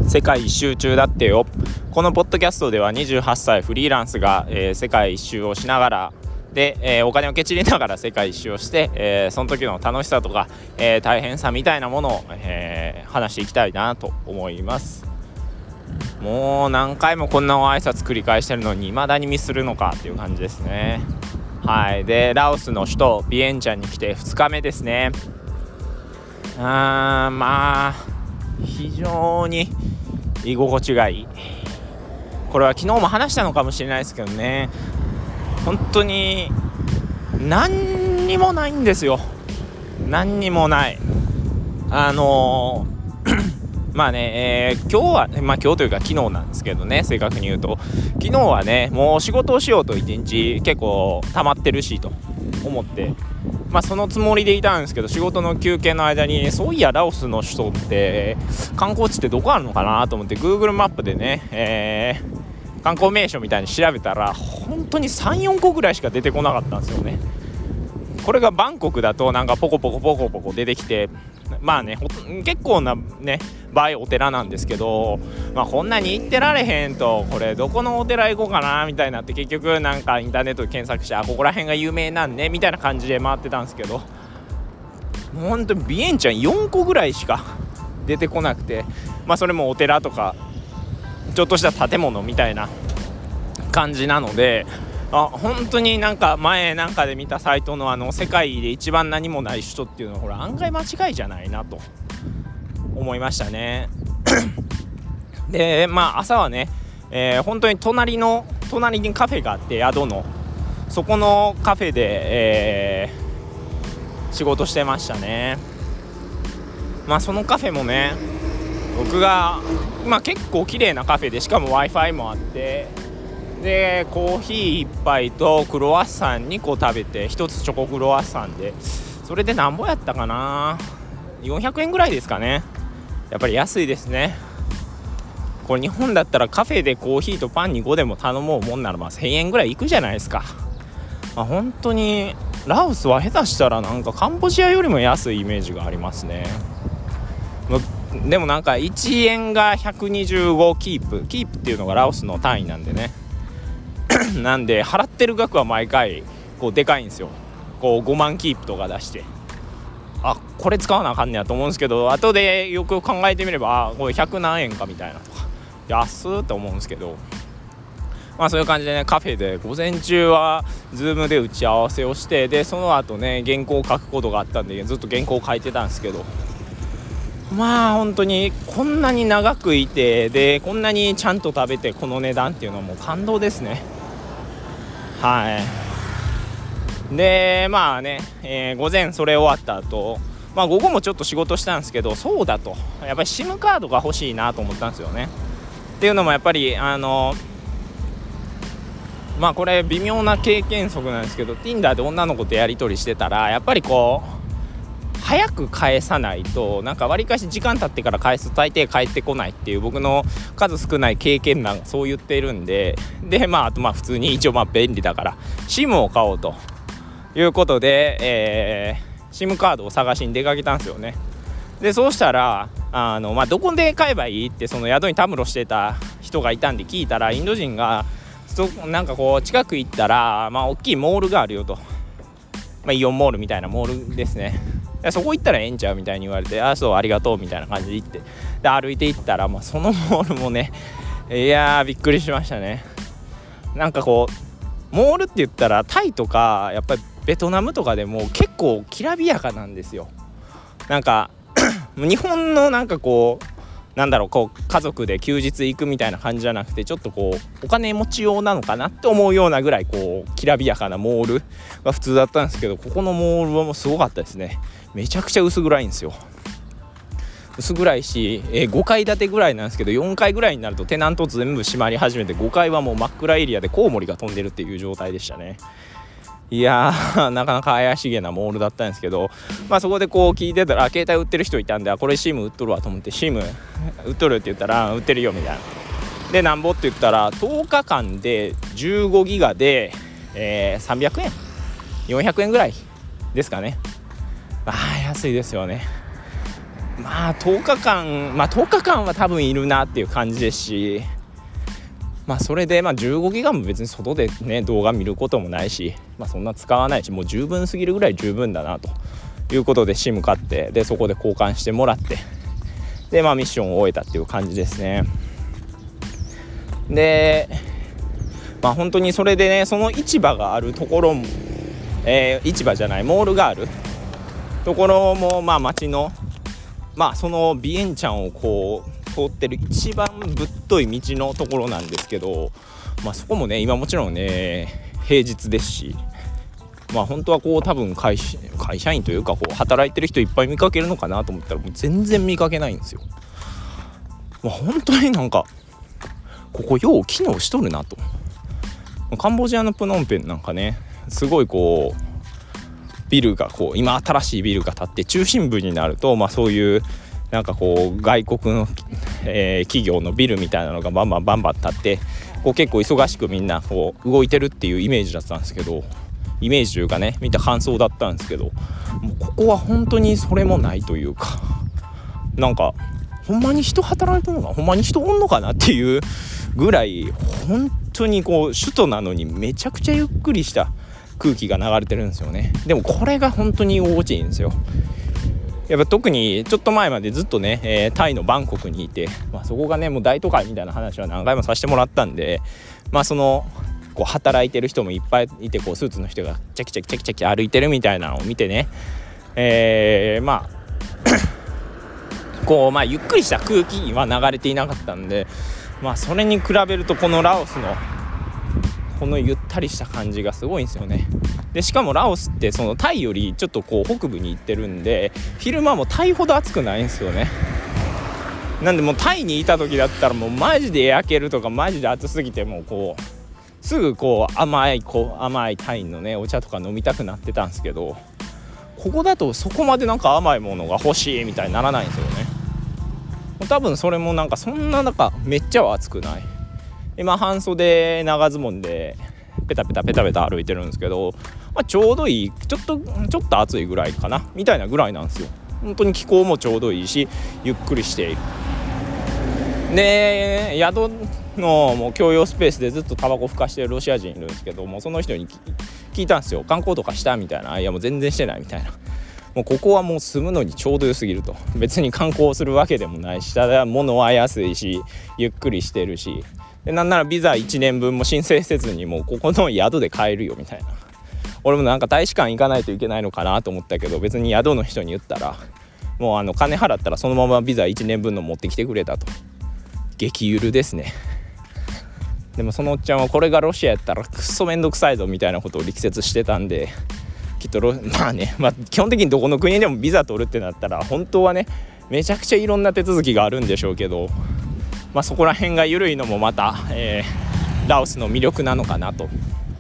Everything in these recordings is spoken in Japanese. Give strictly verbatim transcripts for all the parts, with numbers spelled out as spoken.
世界一周中だってよ。このポッドキャストではにじゅうはっさいフリーランスが、えー、世界一周をしながらで、えー、お金をけちりながら世界一周をして、えー、その時の楽しさとか、えー、大変さみたいなものを、えー、話していきたいなと思います。もう何回もこんな挨拶繰り返してるのに未だにミスるのかっていう感じですね。はい。でラオスの首都ビエンチャンに来てふつかめですね。あーまあ非常に居心地がいい。これは昨日も話したのかもしれないですけどね、本当に何にもないんですよ。何にもない。あのーまあね、えー、今日は、まあ今日というか昨日なんですけどね、正確に言うと昨日はね、もう仕事をしようと一日結構溜まってるしと思って、まあそのつもりでいたんですけど、仕事の休憩の間にそういやラオスの首都って観光地ってどこあるのかなと思って Google マップでね、えー、観光名所みたいに調べたら本当に さん,よん 個ぐらいしか出てこなかったんですよね。これがバンコクだとなんかポコポコポコポコ出てきて、まあね結構なね場合お寺なんですけど、まあこんなに行ってられへんと、これどこのお寺行こうかなみたいになって、結局なんかインターネットで検索して、あここら辺が有名なんねみたいな感じで回ってたんですけど、もうほんとビエンチャンよんこぐらいしか出てこなくて、まあそれもお寺とかちょっとした建物みたいな感じなので、あ本当になんか前なんかで見たサイトのあの世界で一番何もない首都っていうのはこれ案外間違いじゃないなと思いましたね。でまあ朝はね、えー、本当に隣の隣にカフェがあって、宿のそこのカフェで、えー、仕事してましたね。まあそのカフェもね、僕がまあ結構綺麗なカフェで、しかも Wi-Fi もあって、でコーヒーいっぱいとクロワッサンにこ食べて、ひとつチョコクロワッサンでそれでなんぼやったかな、よんひゃくえんぐらいですかね。やっぱり安いですね。これ日本だったらカフェでコーヒーとパンにごでも頼もうもんならまあせんえんぐらいいくじゃないですか。まあ、本当にラオスは下手したらなんかカンボジアよりも安いイメージがありますね。でもなんかいちえんがひゃくにじゅうごキープキープっていうのがラオスの単位なんでねなんで払ってる額は毎回こうでかいんですよ。こうごまんキープとか出して、あこれ使わなあかんねやと思うんですけど、後でよく考えてみればこれひゃく何円かみたいなとか安ーって思うんですけど、まあそういう感じでね、カフェで午前中はズームで打ち合わせをして、でその後ね原稿を書くことがあったんでずっと原稿を書いてたんですけど、まあ本当にこんなに長くいて、でこんなにちゃんと食べてこの値段っていうのはもう感動ですね。はい。でまあね、えー、午前それ終わった後、まあ午後もちょっと仕事したんですけど、そうだとやっぱり SIM カードが欲しいなと思ったんですよね。っていうのもやっぱりあのまあこれ微妙な経験則なんですけど、 Tinder で女の子とやり取りしてたらやっぱりこう早く返さないと、なんかわりかし時間経ってから返すと大抵返ってこないっていう僕の数少ない経験談がそう言っているんで、でまああとまあ普通に一応まあ便利だから SIM を買おうということで、えー、SIM カードを探しに出かけたんですよね。でそうしたらあの、まあ、どこで買えばいいってその宿にたむろしてた人がいたんで聞いたら、インド人がそなんかこう近く行ったらまあ大きいモールがあるよと、まあ、イオンモールみたいなモールですね。そこ行ったらええんちゃうみたいに言われて、あそうありがとうみたいな感じで行って、で歩いて行ったら、まあ、そのモールもね、いやーびっくりしましたね。なんかこうモールって言ったらタイとかやっぱりベトナムとかでも結構きらびやかなんですよ。なんか日本のなんかこうなんだろうこう家族で休日行くみたいな感じじゃなくて、ちょっとこうお金持ち用なのかなって思うようなぐらいこうきらびやかなモールが普通だったんですけど、ここのモールはもうすごかったですね。めちゃくちゃ薄暗いんですよ。薄暗いし、えー、ごかい建てぐらいなんですけど、よんかいぐらいになるとテナント全部閉まり始めて、ごかいはもう真っ暗エリアでコウモリが飛んでるっていう状態でしたね。いやーなかなか怪しげなモールだったんですけど、まあそこでこう聞いてたら携帯売ってる人いたんで、あこれ SIM 売っとるわと思って SIM 売っとるって言ったら売ってるよみたいなで、なんぼって言ったらとおかかんでじゅうごギガで、えー、さんびゃくえんよんひゃくえんぐらいですかね。あー安いですよね。 まあとおかかんまあとおかかんは多分いるなっていう感じですし、まあそれでまあじゅうごギガも別に外でね動画見ることもないし、まあそんな使わないし、もう十分すぎるぐらい十分だなということで SIM 買って、でそこで交換してもらって、でまあミッションを終えたっていう感じですね。でまあ本当にそれでね、その市場があるところも、えー、市場じゃないモールがあるところもまあ街のまあそのビエンチャンをこう通ってる一番ぶっとい道のところなんですけど、まあそこもね今もちろんね平日ですし、まあ本当はこう多分会社、会社員というかこう働いてる人いっぱい見かけるのかなと思ったらもう全然見かけないんですよ。まあ本当になんかここよう機能しとるなと。カンボジアのプノンペンなんかねすごいこうビルがこう今新しいビルが建って中心部になると、まあそういうなんかこう外国の、えー、企業のビルみたいなのがバンバンバンバン建って、こう結構忙しくみんなこう動いてるっていうイメージだったんですけど、イメージというかね見た感想だったんですけど、もうここは本当にそれもないというか、なんかほんまに人働いてるのかほんまに人おんのかなっていうぐらい本当にこう首都なのにめちゃくちゃゆっくりした空気が流れてるんですよね。でもこれが本当に居心地いいんですよ。やっぱ特にちょっと前までずっとね、えー、タイのバンコクにいて、まあ、そこがねもう大都会みたいな話は何回もさせてもらったんで、まあそのこう働いてる人もいっぱいいて、こうスーツの人がチャキチャキチャキチャキ歩いてるみたいなのを見てね、えー、まあこうまあゆっくりした空気は流れていなかったんで、まあそれに比べるとこのラオスのこのゆったりした感じがすごいんですよね。でしかもラオスってそのタイよりちょっとこう北部に行ってるんで、昼間もタイほど暑くないんですよね。なんでもうタイにいた時だったらもうマジで焼けるとか、マジで暑すぎてもうこうすぐこう甘いこう甘いタイのねお茶とか飲みたくなってたんですけど、ここだとそこまでなんか甘いものが欲しいみたいにならないんですよね。多分それもなんかそんな中めっちゃは暑くない。今半袖長ズボンでペタペタペタペタ歩いてるんですけど、まあ、ちょうどいいちょっとちょっと暑いぐらいかなみたいなぐらいなんですよ。本当に気候もちょうどいいしゆっくりしている。で宿のもう共用スペースでずっとタバコふかしてるロシア人いるんですけども、その人に聞いたんですよ。観光とかしたみたいな。いやもう全然してないみたいな。もうここはもう住むのにちょうど良すぎると。別に観光するわけでもないし、ただ物は安いしゆっくりしてるし、でなんならビザいちねんぶんも申請せずにもうここの宿で買えるよみたいな。俺もなんか大使館行かないといけないのかなと思ったけど、別に宿の人に言ったらもうあの金払ったらそのままビザいちねんぶんの持ってきてくれたと。激ゆるですね。でもそのおっちゃんはこれがロシアやったらクソめんどくさいぞみたいなことを力説してたんで、きっとロまあね、まあ、基本的にどこの国でもビザ取るってなったら本当はねめちゃくちゃいろんな手続きがあるんでしょうけど、まあ、そこら辺が緩いのもまた、えー、ラオスの魅力なのかなと。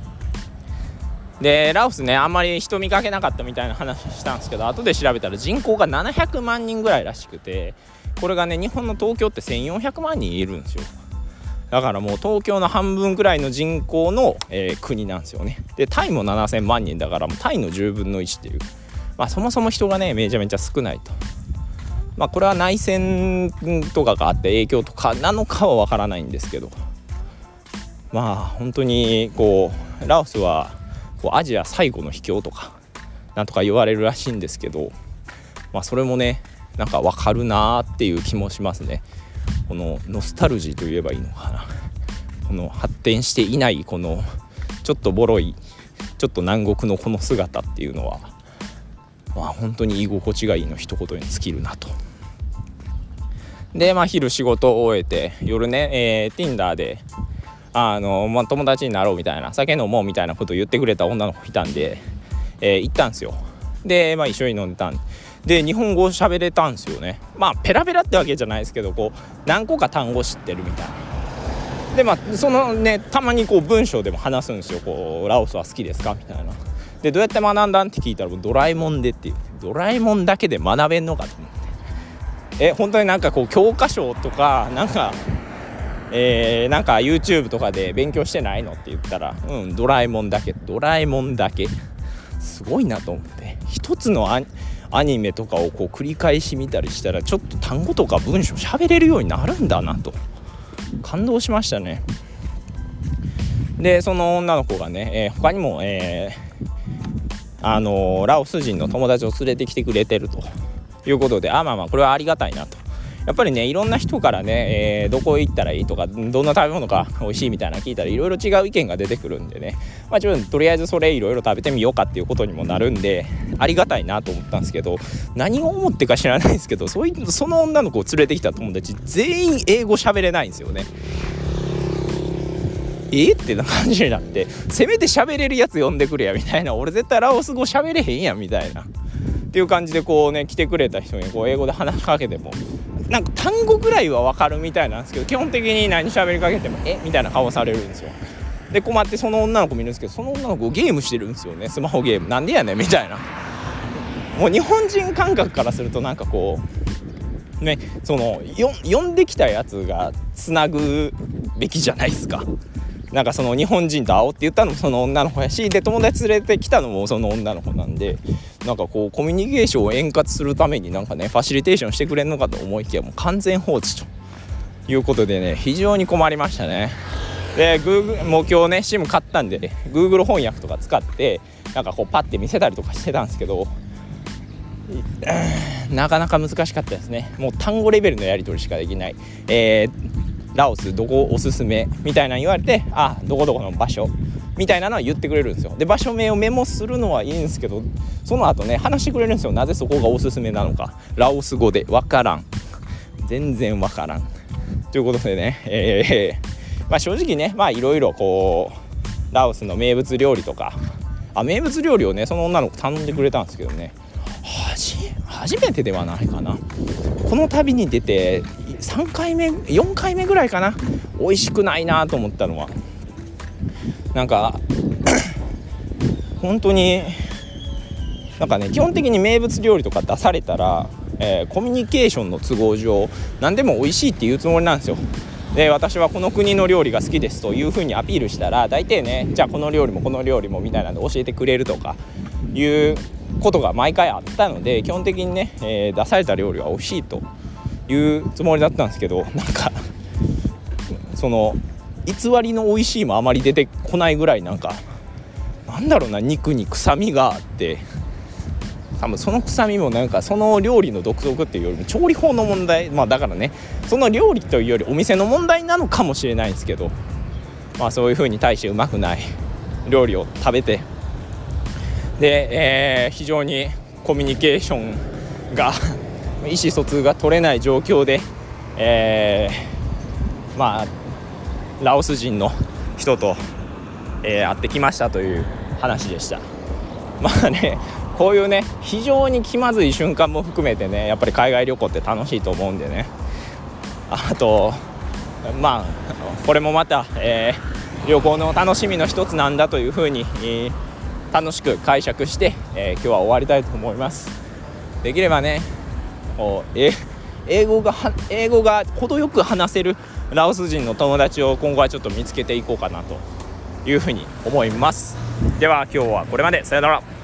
でラオスねあんまり人見かけなかったみたいな話したんですけど、後で調べたら人口がななひゃくまんにんぐらいらしくて、これがね日本の東京ってせんよんひゃくまんにんいるんですよ。だからもう東京の半分ぐらいの人口の、えー、国なんですよね。でタイもななせんまんにんだからもうタイのじゅうぶんのいちっていう、まあ、そもそも人がねめちゃめちゃ少ないと。まあこれは内戦とかがあって影響とかなのかはわからないんですけど、まあ本当にこうラオスはこうアジア最後の秘境とかなんとか言われるらしいんですけど、まあそれもねなんかわかるなっていう気もしますね。このノスタルジーと言えばいいのかな。この発展していないこのちょっとボロいちょっと南国のこの姿っていうのは、まあ本当に居心地がいいの一言に尽きるなと。でまあ昼仕事を終えて夜ね、えー、Tinder であの、まあ、友達になろうみたいな、酒飲もうみたいなことを言ってくれた女の子いたんで、えー、行ったんですよ。でまあ一緒に飲んでたんで日本語喋れたんですよね。まあペラペラってわけじゃないですけど、こう何個か単語知ってるみたいな。でまあそのねたまにこう文章でも話すんですよ。こうラオスは好きですかみたいな。でどうやって学んだんって聞いたらドラえもんでっていう、ドラえもんだけで学べんのかと思って、え本当になんかこう教科書とかなんかえー、なんか YouTube とかで勉強してないのって言ったら、うん、ドラえもんだけドラえもんだけすごいなと思って、一つのアアニメとかをこう繰り返し見たりしたらちょっと単語とか文章喋れるようになるんだなと感動しましたね。でその女の子がね、えー、他にも、えー、あのー、ラオス人の友達を連れてきてくれてるということで、あまあまあこれはありがたいなと。やっぱりねいろんな人からね、えー、どこ行ったらいいとかどんな食べ物が美味しいみたいなの聞いたらいろいろ違う意見が出てくるんでね、まあ、自分とりあえずそれいろいろ食べてみようかっていうことにもなるんでありがたいなと思ったんですけど、何を思ってか知らないですけど、そういうその女の子を連れてきた友達全員英語喋れないんですよね。えってな感じになって、せめて喋れるやつ呼んでくれやみたいな、俺絶対ラオス語喋れへんやんみたいなっていう感じでこうね来てくれた人にこう英語で話しかけてもなんか単語ぐらいは分かるみたいなんですけど、基本的に何喋りかけてもえみたいな顔されるんですよ。で困ってその女の子見るんですけど、その女の子ゲームしてるんですよね、スマホゲーム。なんでやねんみたいな。もう日本人感覚からするとなんかこうね、そのよ呼んできたやつがつなぐべきじゃないですか。なんかその日本人と会おうって言ったのもその女の子やし、で友達連れてきたのもその女の子なんで、なんかこうコミュニケーションを円滑するためになんかねファシリテーションしてくれるのかと思いきやもう完全放置ということでね、非常に困りましたね。で Google もう今日ね SIM 買ったんで、ね、Google 翻訳とか使ってなんかこうパッて見せたりとかしてたんですけど、なかなか難しかったですね。もう単語レベルのやり取りしかできない、えーラオスどこおすすめみたいなの言われて、あどこどこの場所みたいなのは言ってくれるんですよ。で場所名をメモするのはいいんですけど、その後ね話してくれるんですよ。なぜそこがおすすめなのかラオス語でわからん、全然わからんということでね、えーまあ、正直ねまあいろいろこうラオスの名物料理とか、あ名物料理をねその女の子頼んでくれたんですけどね、はじ初めてではないかな、この旅に出てさんかいめよんかいめぐらいかな、美味しくないなと思ったのはなんか本当になんかね基本的に名物料理とか出されたら、えー、コミュニケーションの都合上何でも美味しいっていうつもりなんですよ。で私はこの国の料理が好きですという風にアピールしたら大体ねじゃあこの料理もこの料理もみたいなの教えてくれるとかいうことが毎回あったので、基本的にね、えー、出された料理は美味しいというつもりだったんですけど、なんかその偽りの美味しいもあまり出てこないぐらいなんかなんだろうな、肉に臭みがあって、多分その臭みもなんかその料理の独特っていうよりも調理法の問題、まあだからねその料理というよりお店の問題なのかもしれないんですけど、まあそういう風に対してうまくない料理を食べて、で、えー、非常にコミュニケーションが意思疎通が取れない状況で、えー、まあラオス人の人と、えー、会ってきましたという話でした。まあねこういうね非常に気まずい瞬間も含めてねやっぱり海外旅行って楽しいと思うんでね、あとまあこれもまた、えー、旅行の楽しみの一つなんだというふうに、えー、楽しく解釈して、えー、今日は終わりたいと思います。できればねこうえ英語が英語が程よく話せるラオス人の友達を今後はちょっと見つけていこうかなというふうに思います。では今日はこれまで。さよなら。